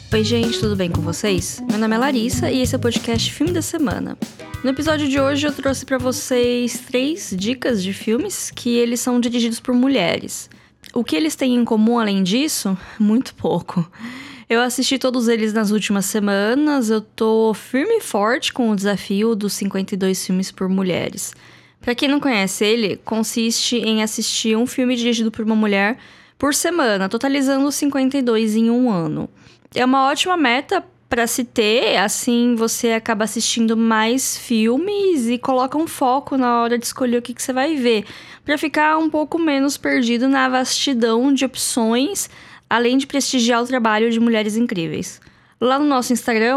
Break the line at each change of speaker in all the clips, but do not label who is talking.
Oi gente, tudo bem com vocês? Meu nome é Larissa e esse é o podcast Filme da Semana. No episódio de hoje eu trouxe pra vocês 3 dicas de filmes que eles são dirigidos por mulheres. O que eles têm em comum além disso? Muito pouco. Eu assisti todos eles nas últimas semanas, eu tô firme e forte com o desafio dos 52 filmes por mulheres. Pra quem não conhece ele, consiste em assistir um filme dirigido por uma mulher por semana, totalizando 52 em um ano. É uma ótima meta para se ter, assim você acaba assistindo mais filmes e coloca um foco na hora de escolher o que você vai ver, para ficar um pouco menos perdido na vastidão de opções, além de prestigiar o trabalho de mulheres incríveis. Lá no nosso Instagram,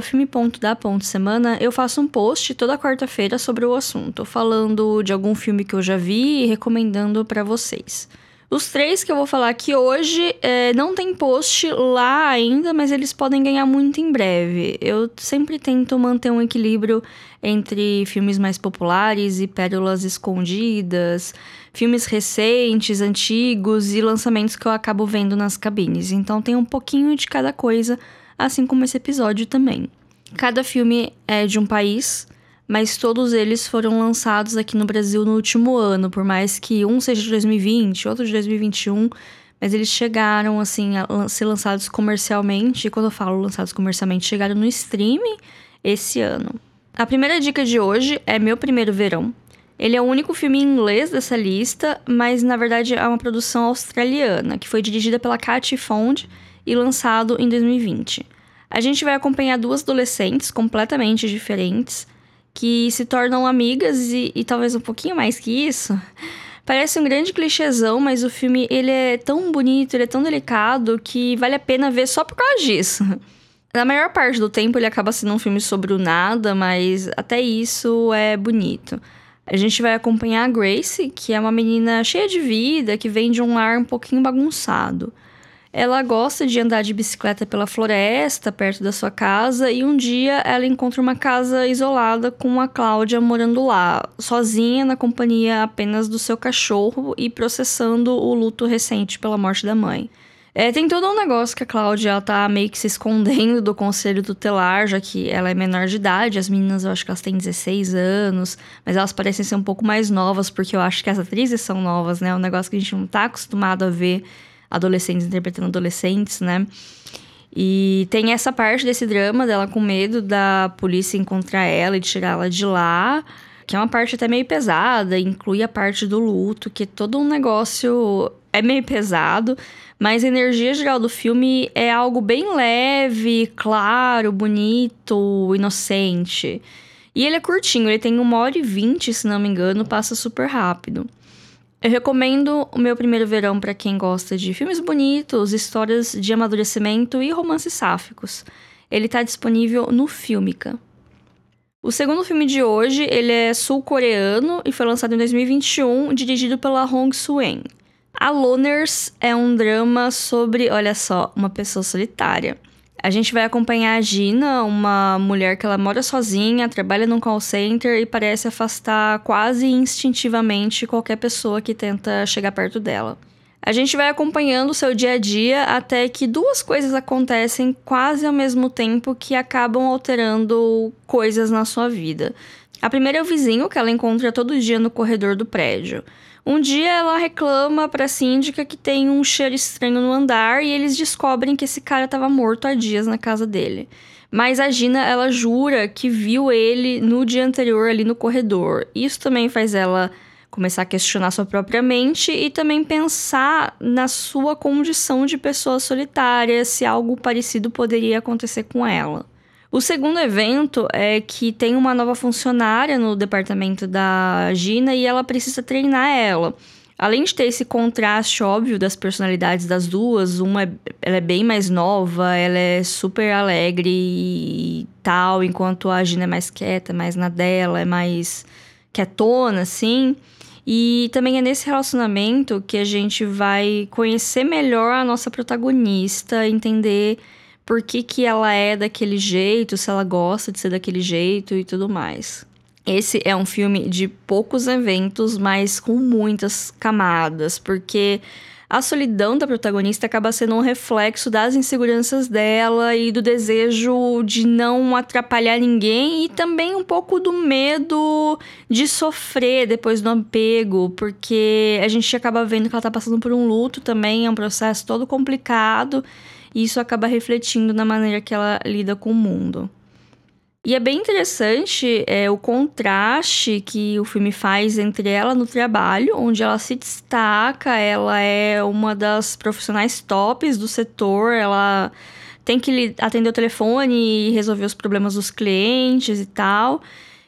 @filme.da.semana, eu faço um post toda quarta-feira sobre o assunto, falando de algum filme que eu já vi e recomendando para vocês. Os 3 que eu vou falar aqui hoje não tem post lá ainda, mas eles podem ganhar muito em breve. Eu sempre tento manter um equilíbrio entre filmes mais populares e pérolas escondidas, filmes recentes, antigos e lançamentos que eu acabo vendo nas cabines. Então tem um pouquinho de cada coisa, assim como esse episódio também. Cada filme é de um país, mas todos eles foram lançados aqui no Brasil no último ano, por mais que um seja de 2020, outro de 2021, mas eles chegaram, assim, a ser lançados comercialmente, e quando eu falo lançados comercialmente, chegaram no streaming esse ano. A primeira dica de hoje é Meu Primeiro Verão. Ele é o único filme em inglês dessa lista, mas na verdade é uma produção australiana, que foi dirigida pela Cathy Fond e lançado em 2020. A gente vai acompanhar 2 adolescentes completamente diferentes, que se tornam amigas e talvez um pouquinho mais que isso. Parece um grande clichêzão, mas o filme ele é tão bonito, ele é tão delicado, que vale a pena ver só por causa disso. Na maior parte do tempo ele acaba sendo um filme sobre o nada, mas até isso é bonito. A gente vai acompanhar a Grace, que é uma menina cheia de vida, que vem de um lar um pouquinho bagunçado. Ela gosta de andar de bicicleta pela floresta, perto da sua casa, e um dia ela encontra uma casa isolada com a Cláudia morando lá, sozinha, na companhia apenas do seu cachorro e processando o luto recente pela morte da mãe. Tem todo um negócio que a Cláudia ela tá meio que se escondendo do conselho tutelar, já que ela é menor de idade. As meninas, eu acho que elas têm 16 anos, mas elas parecem ser um pouco mais novas, porque eu acho que as atrizes são novas, né? É um negócio que a gente não tá acostumado a ver adolescentes interpretando adolescentes, né? E tem essa parte desse drama dela com medo da polícia encontrar ela e tirar ela de lá, que é uma parte até meio pesada, inclui a parte do luto, que todo um negócio é meio pesado, mas a energia geral do filme é algo bem leve, claro, bonito, inocente. E ele é curtinho, ele tem 1h20, se não me engano, passa super rápido. Eu recomendo O Meu Primeiro Verão para quem gosta de filmes bonitos, histórias de amadurecimento e romances sáficos. Ele está disponível no Filmica. O segundo filme de hoje, ele é sul-coreano e foi lançado em 2021, dirigido pela Hong Soo-en. A Loners é um drama sobre, olha só, uma pessoa solitária. A gente vai acompanhar a Gina, uma mulher que ela mora sozinha, trabalha num call center e parece afastar quase instintivamente qualquer pessoa que tenta chegar perto dela. A gente vai acompanhando o seu dia a dia até que 2 coisas acontecem quase ao mesmo tempo que acabam alterando coisas na sua vida. A primeira é o vizinho que ela encontra todo dia no corredor do prédio. Um dia ela reclama pra síndica que tem um cheiro estranho no andar e eles descobrem que esse cara estava morto há dias na casa dele. Mas a Gina, ela jura que viu ele no dia anterior ali no corredor. Isso também faz ela começar a questionar sua própria mente e também pensar na sua condição de pessoa solitária, se algo parecido poderia acontecer com ela. O segundo evento é que tem uma nova funcionária no departamento da Gina e ela precisa treinar ela. Além de ter esse contraste óbvio das personalidades das duas, ela é bem mais nova, ela é super alegre e tal, enquanto a Gina é mais quieta, mais na dela, é mais quietona, assim. E também é nesse relacionamento que a gente vai conhecer melhor a nossa protagonista, entender por que ela é daquele jeito, se ela gosta de ser daquele jeito e tudo mais. Esse é um filme de poucos eventos, mas com muitas camadas, porque A solidão da protagonista acaba sendo um reflexo das inseguranças dela e do desejo de não atrapalhar ninguém e também um pouco do medo de sofrer depois do apego, porque a gente acaba vendo que ela tá passando por um luto também, é um processo todo complicado e isso acaba refletindo na maneira que ela lida com o mundo. E é bem interessante o contraste que o filme faz entre ela no trabalho, onde ela se destaca, ela é uma das profissionais tops do setor, ela tem que atender o telefone e resolver os problemas dos clientes e tal.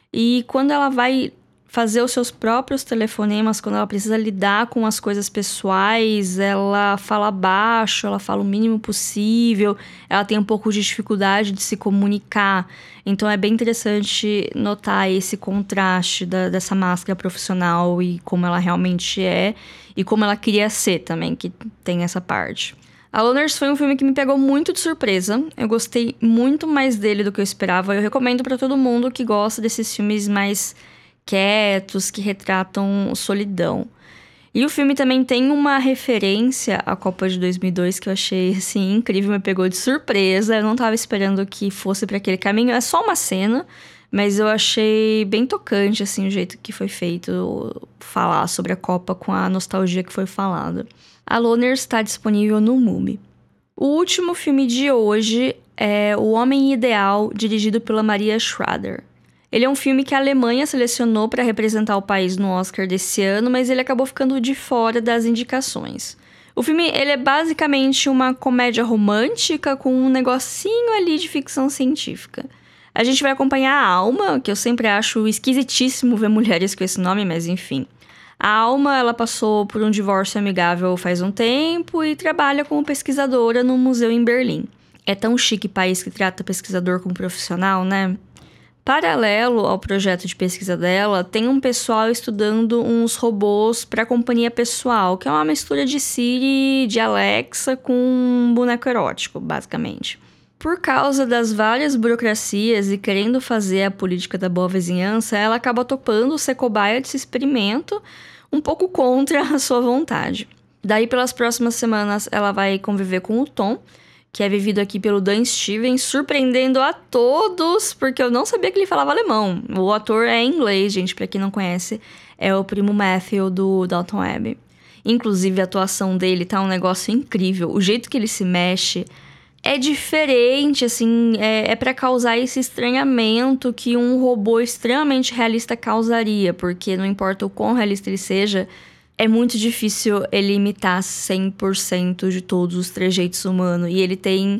E quando ela vai fazer os seus próprios telefonemas, quando ela precisa lidar com as coisas pessoais, ela fala baixo, ela fala o mínimo possível, ela tem um pouco de dificuldade de se comunicar. Então é bem interessante notar esse contraste dessa máscara profissional e como ela realmente é e como ela queria ser também, que tem essa parte. A Loners foi um filme que me pegou muito de surpresa. Eu gostei muito mais dele do que eu esperava. Eu recomendo para todo mundo que gosta desses filmes mais quietos, que retratam solidão. E o filme também tem uma referência à Copa de 2002 que eu achei, assim, incrível, me pegou de surpresa. Eu não tava esperando que fosse para aquele caminho. É só uma cena, mas eu achei bem tocante, assim, o jeito que foi feito falar sobre a Copa com a nostalgia que foi falada. A Loners está disponível no MUBI. O último filme de hoje é O Homem Ideal, dirigido pela Maria Schrader. Ele é um filme que a Alemanha selecionou para representar o país no Oscar desse ano, mas ele acabou ficando de fora das indicações. O filme ele é basicamente uma comédia romântica com um negocinho ali de ficção científica. A gente vai acompanhar a Alma, que eu sempre acho esquisitíssimo ver mulheres com esse nome, mas enfim. A Alma, ela passou por um divórcio amigável faz um tempo e trabalha como pesquisadora num museu em Berlim. É tão chique país que trata pesquisador como profissional, né? Paralelo ao projeto de pesquisa dela, tem um pessoal estudando uns robôs para companhia pessoal, que é uma mistura de Siri, de Alexa com um boneco erótico, basicamente. Por causa das várias burocracias e querendo fazer a política da boa vizinhança, ela acaba topando ser cobaia desse experimento, um pouco contra a sua vontade. Daí, pelas próximas semanas, ela vai conviver com o Tom, que é vivido aqui pelo Dan Stevens, surpreendendo a todos, porque eu não sabia que ele falava alemão. O ator é inglês, gente, pra quem não conhece, é o primo Matthew do Downton Abbey. Inclusive, a atuação dele tá um negócio incrível. O jeito que ele se mexe é diferente, assim, é pra causar esse estranhamento que um robô extremamente realista causaria, porque não importa o quão realista ele seja, é muito difícil ele imitar 100% de todos os trejeitos humanos. E ele tem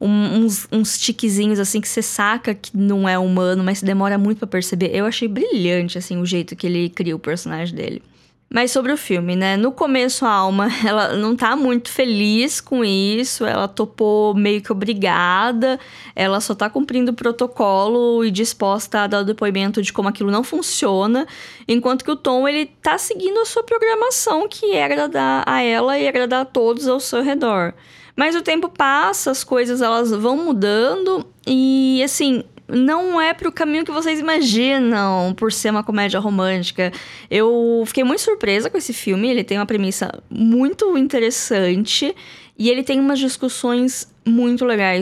uns tiquezinhos, assim, que você saca que não é humano, mas demora muito pra perceber. Eu achei brilhante, assim, o jeito que ele cria o personagem dele. Mas sobre o filme, né? No começo, a Alma, ela não tá muito feliz com isso. Ela topou meio que obrigada. Ela só tá cumprindo o protocolo e disposta a dar o depoimento de como aquilo não funciona. Enquanto que o Tom, ele tá seguindo a sua programação, que é agradar a ela e agradar a todos ao seu redor. Mas o tempo passa, as coisas elas vão mudando e, assim, não é pro caminho que vocês imaginam por ser uma comédia romântica. Eu fiquei muito surpresa com esse filme, ele tem uma premissa muito interessante e ele tem umas discussões muito legais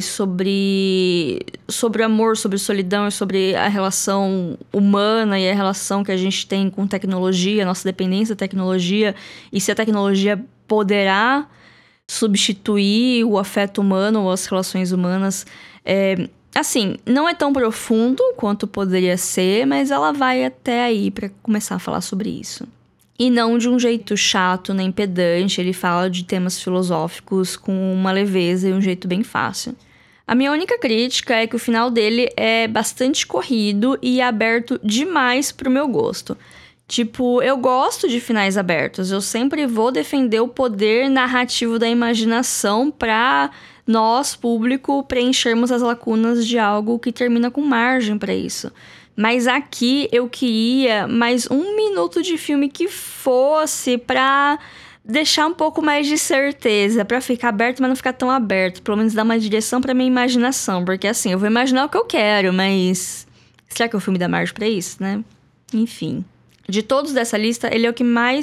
sobre amor, sobre solidão e sobre a relação humana e a relação que a gente tem com tecnologia, a nossa dependência da tecnologia e se a tecnologia poderá substituir o afeto humano ou as relações humanas. Assim, não é tão profundo quanto poderia ser, mas ela vai até aí pra começar a falar sobre isso. E não de um jeito chato nem pedante, ele fala de temas filosóficos com uma leveza e um jeito bem fácil. A minha única crítica é que o final dele é bastante corrido e aberto demais pro meu gosto. Tipo, eu gosto de finais abertos, eu sempre vou defender o poder narrativo da imaginação pra nós, público, preenchermos as lacunas de algo que termina com margem pra isso. Mas aqui eu queria mais 1 minuto de filme que fosse pra deixar um pouco mais de certeza, pra ficar aberto, mas não ficar tão aberto. Pelo menos dar uma direção pra minha imaginação, porque assim, eu vou imaginar o que eu quero, mas será que o filme dá margem pra isso, né? Enfim. De todos dessa lista, ele é o que mais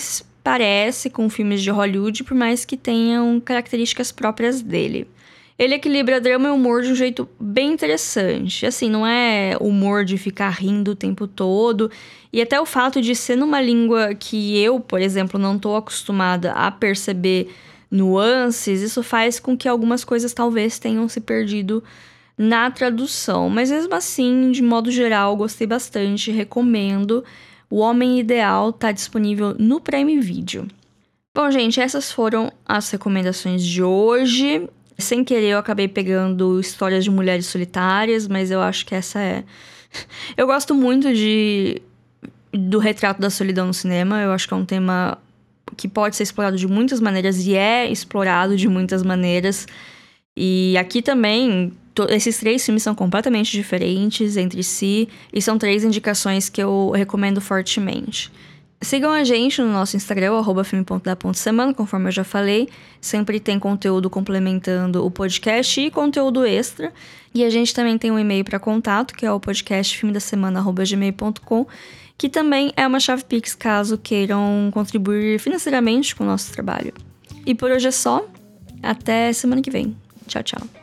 parece com filmes de Hollywood, por mais que tenham características próprias dele. Ele equilibra drama e humor de um jeito bem interessante. Assim, não é humor de ficar rindo o tempo todo. E até o fato de ser numa língua que eu, por exemplo, não tô acostumada a perceber nuances, isso faz com que algumas coisas talvez tenham se perdido na tradução. Mas mesmo assim, de modo geral, gostei bastante, recomendo. O Homem Ideal tá disponível no Prime Video. Bom, gente, essas foram as recomendações de hoje. Sem querer, eu acabei pegando histórias de mulheres solitárias, mas eu acho que essa é... Eu gosto muito do retrato da solidão no cinema. Eu acho que é um tema que pode ser explorado de muitas maneiras e é explorado de muitas maneiras. E aqui também, esses 3 filmes são completamente diferentes entre si e são 3 indicações que eu recomendo fortemente. Sigam a gente no nosso Instagram, @filme.da.semana, conforme eu já falei. Sempre tem conteúdo complementando o podcast e conteúdo extra. E a gente também tem um e-mail para contato, que é o podcastfilmedasemana@gmail.com, que também é uma chave Pix, caso queiram contribuir financeiramente com o nosso trabalho. E por hoje é só. Até semana que vem. Tchau, tchau.